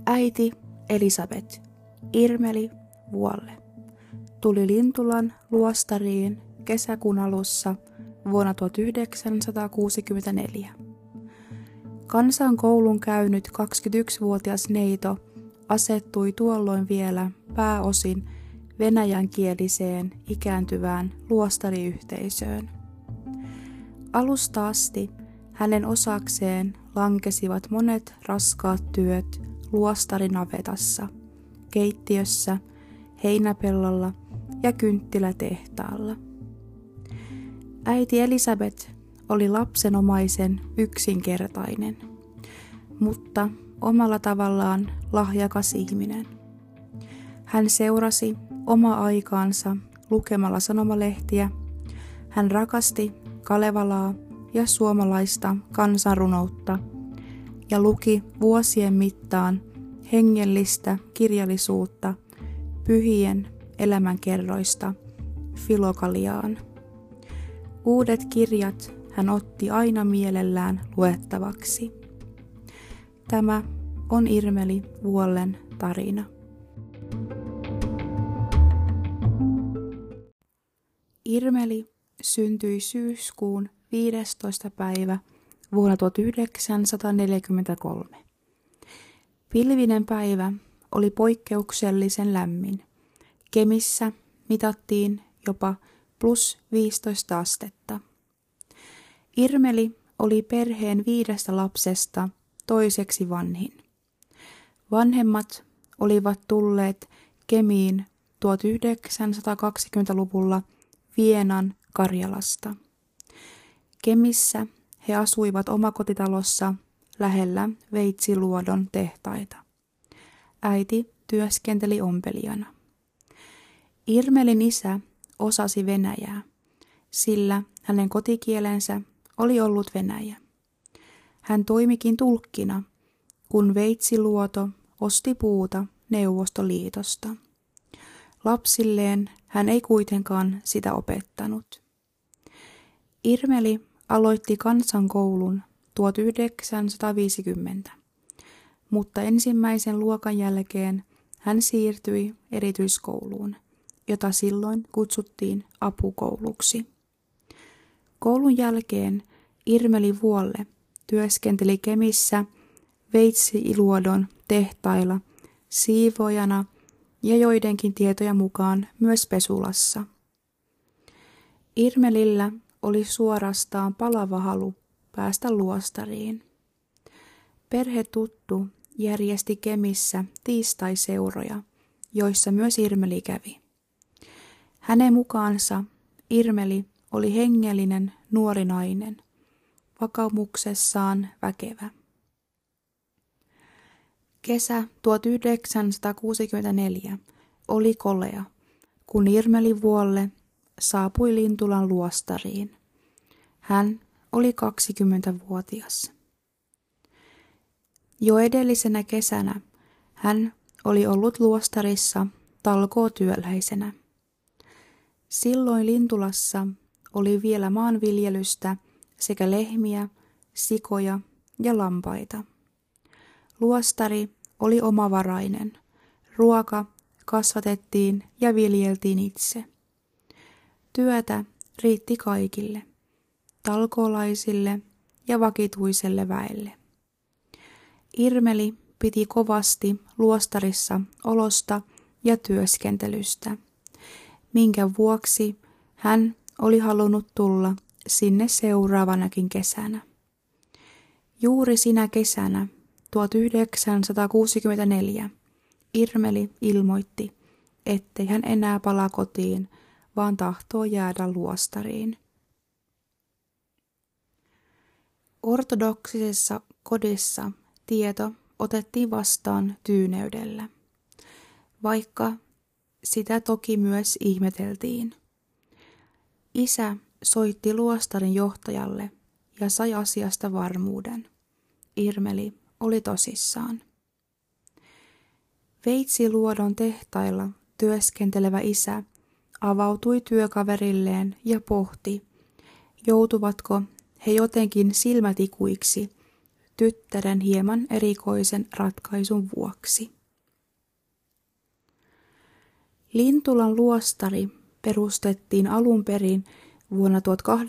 Äiti Elisabeth Irmeli Vuolle tuli Lintulan luostariin kesäkuun alussa vuonna 1964. Kansankoulun käynyt 21-vuotias neito asettui tuolloin vielä pääosin venäjänkieliseen ikääntyvään luostariyhteisöön. Alusta asti hänen osakseen lankesivat monet raskaat työt luostarinavetassa, keittiössä, heinäpellolla ja kynttilätehtaalla. Äiti Elisabeth oli lapsenomaisen yksinkertainen, mutta omalla tavallaan lahjakas ihminen. Hän seurasi omaa aikaansa lukemalla sanomalehtiä. Hän rakasti Kalevalaa ja suomalaista kansanrunoutta ja luki vuosien mittaan hengellistä kirjallisuutta pyhien elämänkerroista Filokaliaan. Uudet kirjat hän otti aina mielellään luettavaksi. Tämä on Irmeli Vuollen tarina. Irmeli syntyi syyskuun 15. päivä vuonna 1943. Pilvinen päivä oli poikkeuksellisen lämmin. Kemissä mitattiin jopa +15 astetta. Irmeli oli perheen 5 lapsesta toiseksi vanhin. Vanhemmat olivat tulleet Kemiin 1920-luvulla Vienan Karjalasta. Kemissä he asuivat omakotitalossa lähellä Veitsiluodon tehtaita. Äiti työskenteli ompelijana. Irmelin isä osasi venäjää, sillä hänen kotikielensä oli ollut venäjä. Hän toimikin tulkkina, kun Veitsiluoto osti puuta Neuvostoliitosta. Lapsilleen hän ei kuitenkaan sitä opettanut. Irmeli aloitti kansankoulun 1950, mutta ensimmäisen luokan jälkeen hän siirtyi erityiskouluun, jota silloin kutsuttiin apukouluksi. Koulun jälkeen Irmeli Vuolle työskenteli Kemissä Veitsiluodon tehtailla siivoojana ja joidenkin tietojen mukaan myös pesulassa. Irmelillä oli suorastaan palava halu päästä luostariin. Perhetuttu järjesti Kemissä tiistaiseuroja, joissa myös Irmeli kävi. Hänen mukaansa Irmeli oli hengellinen nuori nainen, vakaumuksessaan väkevä. Kesä 1964 oli kolea, kun Irmeli Vuolle saapui Lintulan luostariin. Hän oli 20-vuotias. Jo edellisenä kesänä hän oli ollut luostarissa talkootyöläisenä. Silloin Lintulassa oli vielä maanviljelystä sekä lehmiä, sikoja ja lampaita. Luostari oli omavarainen. Ruoka kasvatettiin ja viljeltiin itse. Työtä riitti kaikille, talkoolaisille ja vakituiselle väelle. Irmeli piti kovasti luostarissa olosta ja työskentelystä, minkä vuoksi hän oli halunnut tulla sinne seuraavanakin kesänä. Juuri sinä kesänä 1964 Irmeli ilmoitti, ettei hän enää palaa kotiin, vaan tahtoo jäädä luostariin. Ortodoksisessa kodissa tieto otettiin vastaan tyyneydellä, vaikka sitä toki myös ihmeteltiin. Isä soitti luostarin johtajalle ja sai asiasta varmuuden. Irmeli oli tosissaan. Veitsiluodon tehtailla työskentelevä isä avautui työkaverilleen ja pohti, joutuvatko he jotenkin silmätikuiksi tyttären hieman erikoisen ratkaisun vuoksi. Lintulan luostari perustettiin alun perin vuonna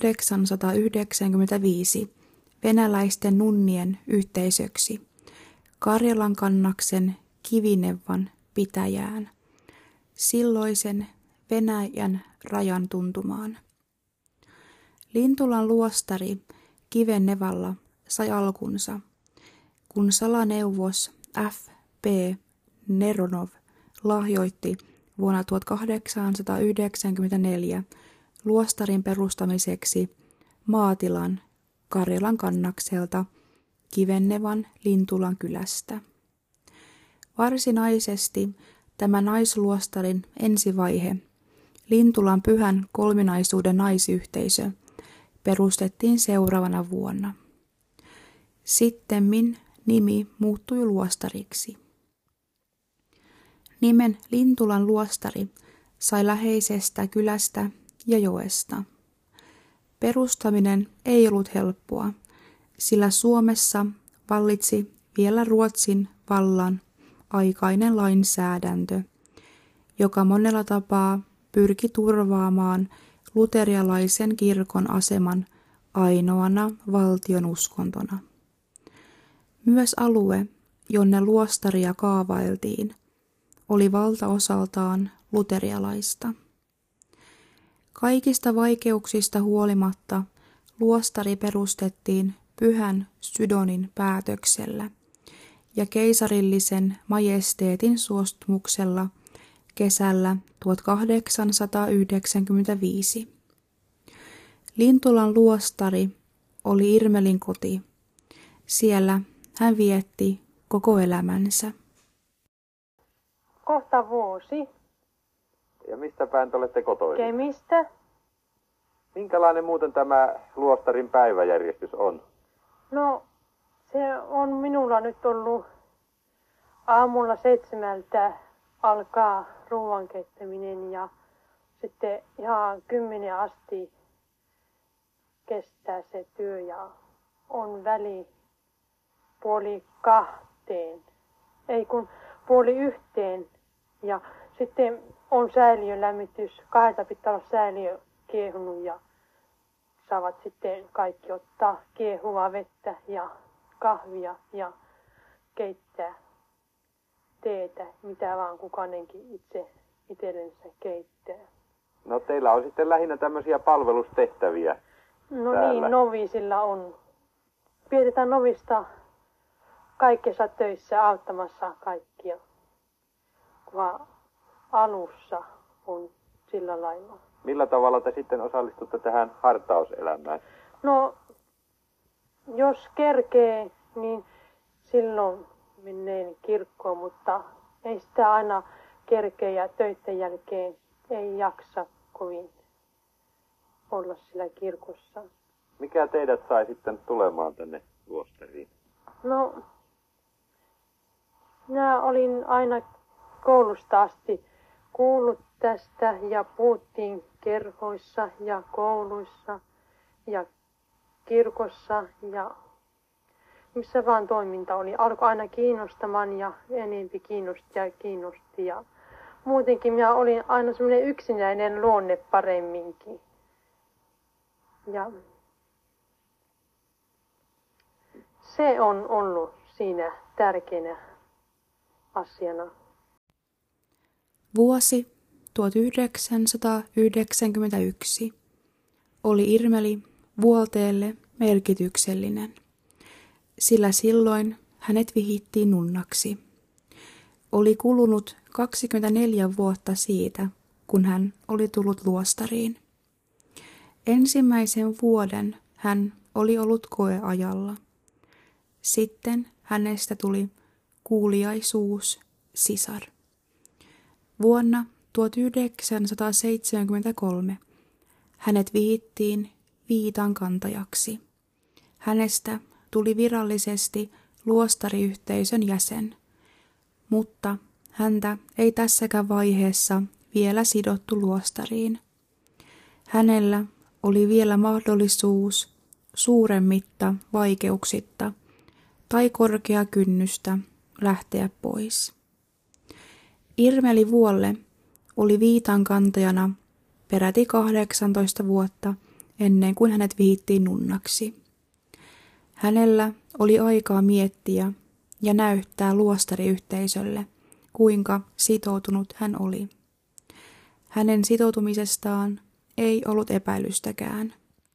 1895 venäläisten nunnien yhteisöksi Karjalankannaksen Kivineuvan pitäjään, silloisen Venäjän rajan tuntumaan. Lintulan luostari Kivenevalla sai alkunsa, kun salaneuvos F.P. Neronov lahjoitti vuonna 1894 luostarin perustamiseksi maatilan Karjalankannakselta Kivennevan Lintulan kylästä. Varsinaisesti tämä naisluostarin ensivaihe, Lintulan Pyhän Kolminaisuuden naisyhteisö, perustettiin seuraavana vuonna. Sittemmin nimi muuttui luostariksi. Nimen Lintulan luostari sai läheisestä kylästä ja joesta. Perustaminen ei ollut helppoa, sillä Suomessa vallitsi vielä Ruotsin vallan aikainen lainsäädäntö, joka monella tapaa pyrki turvaamaan luterialaisen kirkon aseman ainoana valtionuskontona. Myös alue, jonne luostaria kaavailtiin, oli valtaosaltaan luterialaista. Kaikista vaikeuksista huolimatta luostari perustettiin Pyhän Sydonin päätöksellä ja keisarillisen majesteetin suostumuksella kesällä 1895. Lintulan luostari oli Irmelin koti. Siellä hän vietti koko elämänsä. Kohta vuosi. Ja mistä päin te olette kotoisin? Kemistä. Minkälainen muuten tämä luostarin päiväjärjestys on? No, se on minulla nyt ollut aamulla 7 alkaa ruoan keittäminen ja sitten ihan 10 asti kestää se työ ja on väli 1:30. Ei kun 1:30 ja sitten on säiliölämmitys. 2 pitää olla säiliö kiehunut ja saavat sitten kaikki ottaa kiehuvaa vettä ja kahvia ja keittää teetä, mitä vaan kukainenkin itsellensä keittää. No teillä on sitten lähinnä tämmöisiä palvelustehtäviä No täällä. niin, noviisilla on. Pidetään novista kaikessa töissä auttamassa kaikkia, kun alussa on sillä lailla. Millä tavalla te sitten osallistutte tähän hartauselämään? No, jos kerkee, niin silloin menneen kirkkoon, mutta ei sitä aina kerkeä ja töiden jälkeen ei jaksa kovin olla sillä kirkossa. Mikä teidät sai sitten tulemaan tänne luostariin? No, minä olin aina koulusta asti kuullut tästä ja puhuttiin kerhoissa ja kouluissa ja kirkossa ja missä vaan toiminta oli. Alkoi aina kiinnostamaan ja enempi kiinnosti ja muutenkin minä olin aina semmoinen yksinäinen luonne paremminkin. Ja se on ollut siinä tärkeänä asiana. Vuosi 1991 oli Irmeli Vuolteelle merkityksellinen, sillä silloin hänet vihittiin nunnaksi. Oli kulunut 24 vuotta siitä, kun hän oli tullut luostariin. Ensimmäisen vuoden hän oli ollut koeajalla. Sitten hänestä tuli kuuliaisuussisar. Vuonna 1973 hänet vihittiin viitankantajaksi. Hänestä tuli virallisesti luostariyhteisön jäsen, mutta häntä ei tässäkään vaiheessa vielä sidottu luostariin. Hänellä oli vielä mahdollisuus suuremmitta vaikeuksitta tai korkea kynnystä lähteä pois. Irmeli Vuolle oli viitankantajana peräti 18 vuotta ennen kuin hänet vihittiin nunnaksi. Hänellä oli aikaa miettiä ja näyttää luostariyhteisölle, kuinka sitoutunut hän oli. Hänen sitoutumisestaan ei ollut epäilystäkään.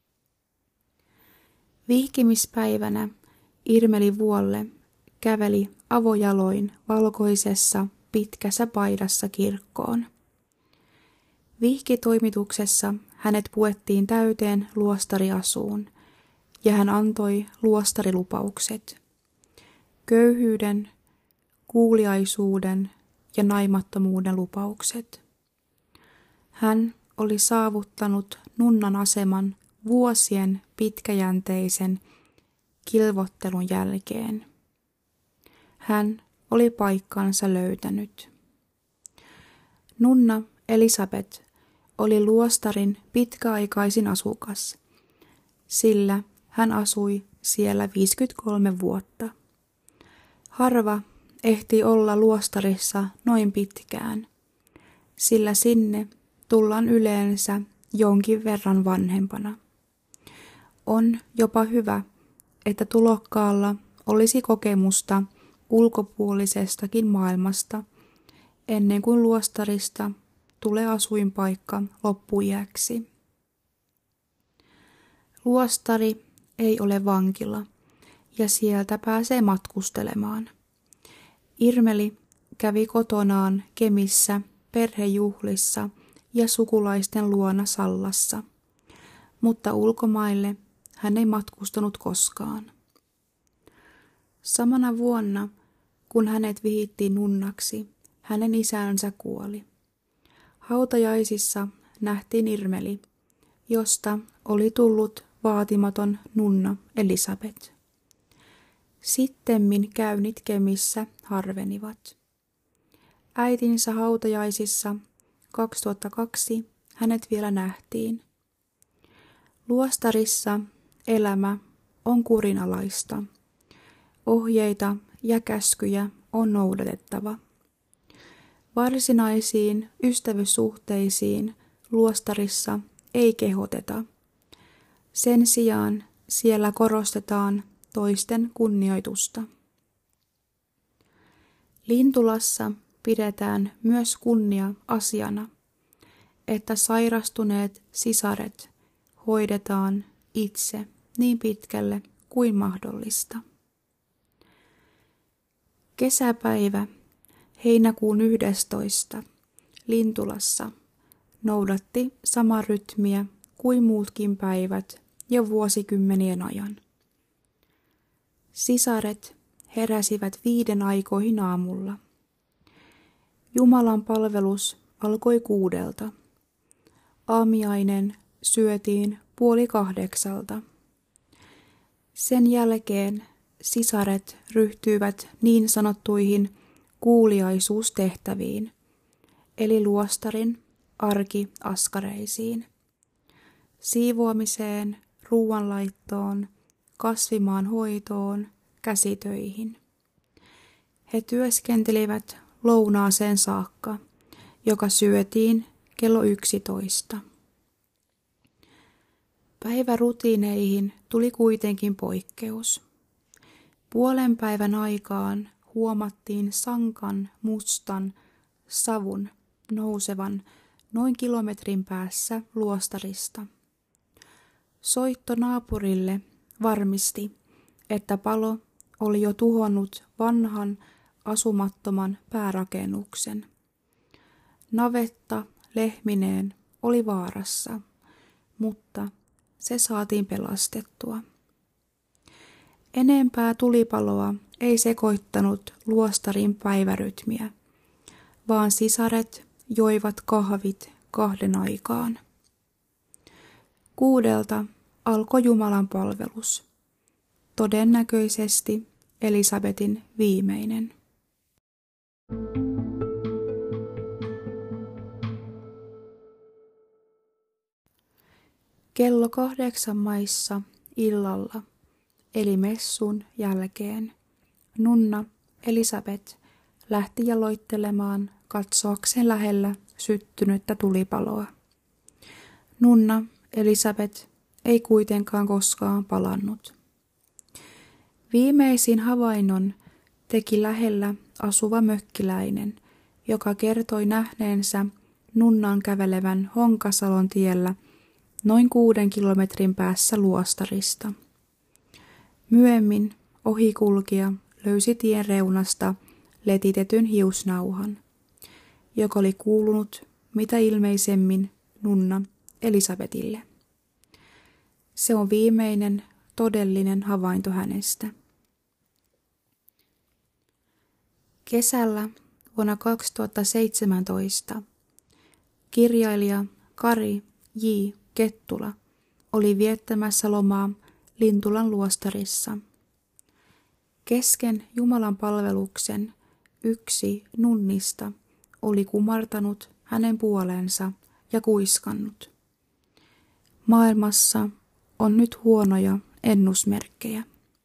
Vihkimispäivänä Irmeli Vuolle käveli avojaloin valkoisessa pitkässä paidassa kirkkoon. Vihkitoimituksessa hänet puettiin täyteen luostariasuun ja hän antoi luostarilupaukset. Köyhyyden, kuuliaisuuden ja naimattomuuden lupaukset. Hän oli saavuttanut nunnan aseman vuosien pitkäjänteisen kilvottelun jälkeen. Hän oli paikkansa löytänyt. Nunna Elisabeth oli luostarin pitkäaikaisin asukas, sillä hän asui siellä 53 vuotta. Harva ehti olla luostarissa noin pitkään, sillä sinne tullaan yleensä jonkin verran vanhempana. On jopa hyvä, että tulokkaalla olisi kokemusta ulkopuolisestakin maailmasta ennen kuin luostarista tulee asuinpaikka loppuiäksi. Luostari ei ole vankila ja sieltä pääsee matkustelemaan. Irmeli kävi kotonaan Kemissä perhejuhlissa ja sukulaisten luona Sallassa, mutta ulkomaille hän ei matkustanut koskaan. Samana vuonna, kun hänet vihittiin nunnaksi, hänen isänsä kuoli. Hautajaisissa nähtiin Irmeli, josta oli tullut vaatimaton nunna Elisabeth. Sittemmin käynnit Kemissä harvenivat. Äitinsä hautajaisissa 2002 hänet vielä nähtiin. Luostarissa elämä on kurinalaista. Ohjeita ja käskyjä on noudatettava. Varsinaisiin ystävyyssuhteisiin luostarissa ei kehoteta. Sen sijaan siellä korostetaan toisten kunnioitusta. Lintulassa pidetään myös kunnia-asiana, että sairastuneet sisaret hoidetaan itse niin pitkälle kuin mahdollista. Kesäpäivä heinäkuun 11. Lintulassa noudatti samaa rytmiä kuin muutkin päivät jo vuosikymmenien ajan. Sisaret heräsivät 5 aikoihin aamulla. Jumalan palvelus alkoi 6. Aamiainen syötiin 7:30. Sen jälkeen sisaret ryhtyivät niin sanottuihin kuuliaisuustehtäviin, eli luostarin arkiaskareisiin, siivoamiseen, ruuanlaittoon, kasvimaan hoitoon, käsitöihin. He työskentelivät lounaaseen saakka, joka syötiin kello 11. Päivärutiineihin tuli kuitenkin poikkeus. Puolen päivän aikaan huomattiin sankan mustan savun nousevan noin kilometrin päässä luostarista. Soitto naapurille varmisti, että palo oli jo tuhonnut vanhan asumattoman päärakennuksen. Navetta lehmineen oli vaarassa, mutta se saatiin pelastettua. Enempää tulipaloa ei sekoittanut luostarin päivärytmiä, vaan sisaret joivat kahvit 2 aikaan. 6 alkoi Jumalan palvelus, todennäköisesti Elisabetin viimeinen. Kello 8 maissa illalla, eli messun jälkeen, nunna Elisabeth lähti jaloittelemaan katsoakseen lähellä syttynyttä tulipaloa. Nunna Elisabeth ei kuitenkaan koskaan palannut. Viimeisin havainnon teki lähellä asuva mökkiläinen, joka kertoi nähneensä nunnan kävelevän Honkasalon tiellä noin 6 kilometrin päässä luostarista. Myöhemmin ohikulkija löysi tien reunasta letitetyn hiusnauhan, joka oli kuulunut mitä ilmeisemmin nunna Elisabetille. Se on viimeinen todellinen havainto hänestä. Kesällä vuonna 2017 kirjailija Kari J. Kettula oli viettämässä lomaa Lintulan luostarissa. Kesken Jumalan palveluksen yksi nunnista oli kumartanut hänen puoleensa ja kuiskannut: "Maailmassa on nyt huonoja ennusmerkkejä."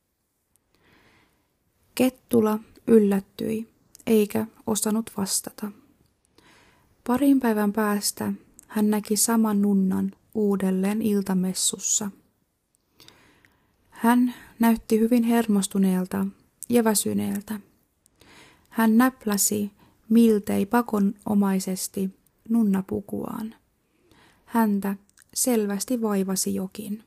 Kettula yllättyi eikä osannut vastata. Parin päivän päästä hän näki saman nunnan uudelleen iltamessussa. Hän näytti hyvin hermostuneelta ja väsyneeltä. Hän näpläsi miltei pakonomaisesti nunnapukuaan. Häntä selvästi vaivasi jokin.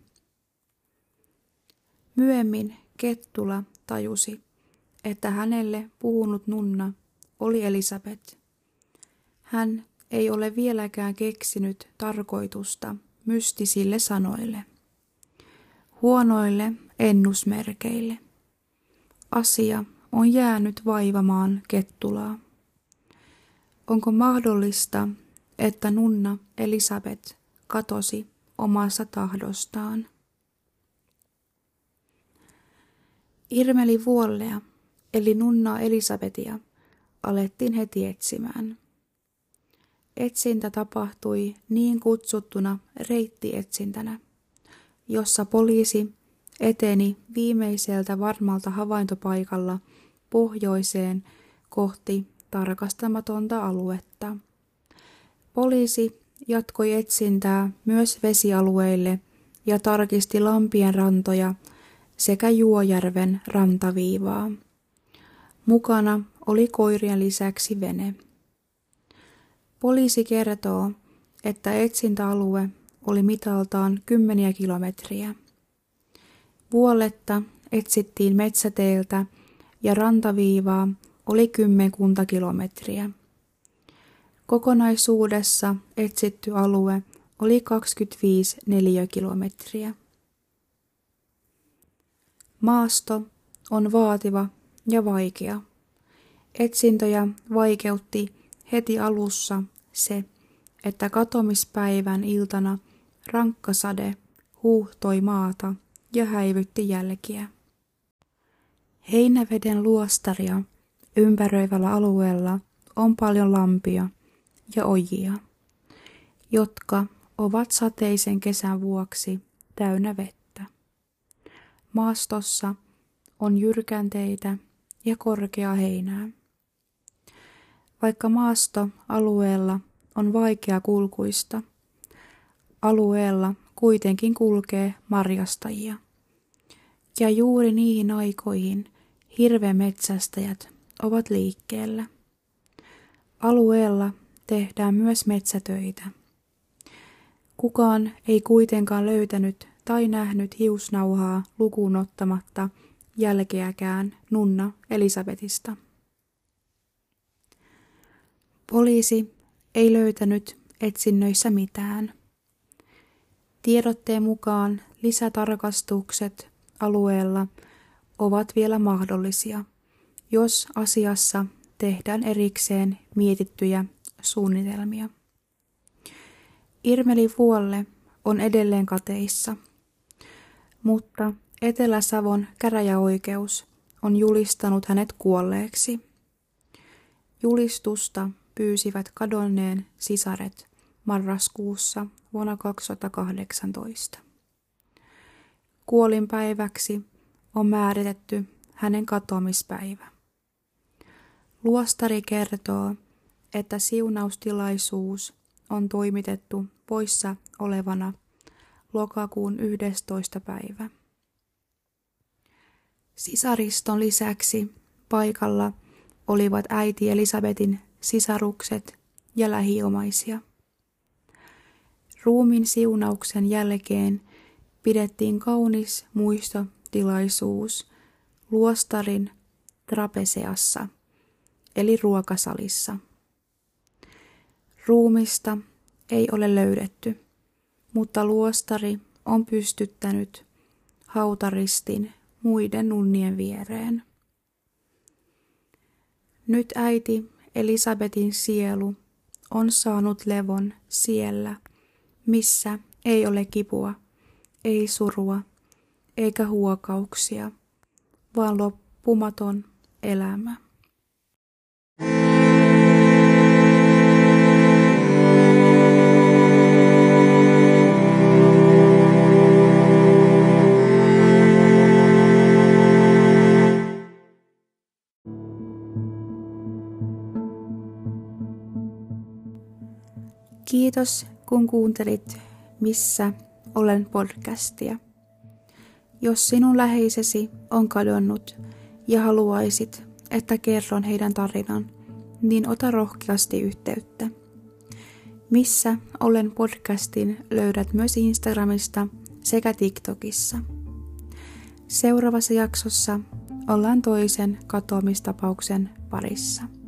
Myöhemmin Kettula tajusi, että hänelle puhunut nunna oli Elisabeth. Hän ei ole vieläkään keksinyt tarkoitusta mystisille sanoille, huonoille ennusmerkeille. Asia on jäänyt vaivamaan Kettulaa. Onko mahdollista, että nunna Elisabeth katosi omasta tahdostaan? Irmeli Vuollea eli nunnaa Elisabetia alettiin heti etsimään. Etsintä tapahtui niin kutsuttuna reittietsintänä, jossa poliisi eteni viimeiseltä varmalta havaintopaikalla pohjoiseen kohti tarkastamatonta aluetta. Poliisi jatkoi etsintää myös vesialueille ja tarkisti lampien rantoja sekä Juojärven rantaviivaa. Mukana oli koirien lisäksi vene. Poliisi kertoo, että etsintäalue oli mitaltaan 10 kilometriä. Vuoletta etsittiin metsäteiltä ja rantaviivaa oli 10 kilometriä. Kokonaisuudessa etsitty alue oli 25 neliökilometriä. Maasto on vaativa ja vaikea. Etsintöjä vaikeutti heti alussa se, että katoamispäivän iltana rankka sade huuhtoi maata ja häivytti jälkiä. Heinäveden luostaria ympäröivällä alueella on paljon lampia ja ojia, jotka ovat sateisen kesän vuoksi täynnä vettä. Maastossa on jyrkänteitä ja korkeaa heinää. Vaikka maasto alueella on vaikea kulkuista, alueella kuitenkin kulkee marjastajia. Ja juuri niihin aikoihin hirvenmetsästäjät ovat liikkeellä. Alueella tehdään myös metsätöitä. Kukaan ei kuitenkaan löytänyt tai nähnyt hiusnauhaa lukuun ottamatta jälkeäkään nunna Elisabetista. Poliisi ei löytänyt etsinnöissä mitään. Tiedotteen mukaan lisätarkastukset alueella ovat vielä mahdollisia, jos asiassa tehdään erikseen mietittyjä suunnitelmia. Irmeli Vuolle on edelleen kateissa, mutta Etelä-Savon käräjäoikeus on julistanut hänet kuolleeksi. Julistusta pyysivät kadonneen sisaret marraskuussa vuonna 2018. Kuolinpäiväksi on määritetty hänen katoamispäivä. Luostari kertoo, että siunaustilaisuus on toimitettu poissa olevana lokakuun 11. päivä. Sisariston lisäksi paikalla olivat äiti Elisabetin sisarukset ja lähiomaisia. Ruumin siunauksen jälkeen pidettiin kaunis muistotilaisuus luostarin trapeseassa, eli ruokasalissa. Ruumista ei ole löydetty, mutta luostari on pystyttänyt hautaristin muiden nunnien viereen. Nyt äiti Elisabetin sielu on saanut levon siellä, missä ei ole kipua, ei surua, eikä huokauksia, vaan loppumaton elämä. Kiitos, kun kuuntelit Missä olen podcastia. Jos sinun läheisesi on kadonnut ja haluaisit, että kerron heidän tarinan, niin ota rohkeasti yhteyttä. Missä olen podcastin löydät myös Instagramista sekä TikTokissa. Seuraavassa jaksossa ollaan toisen katoamistapauksen parissa.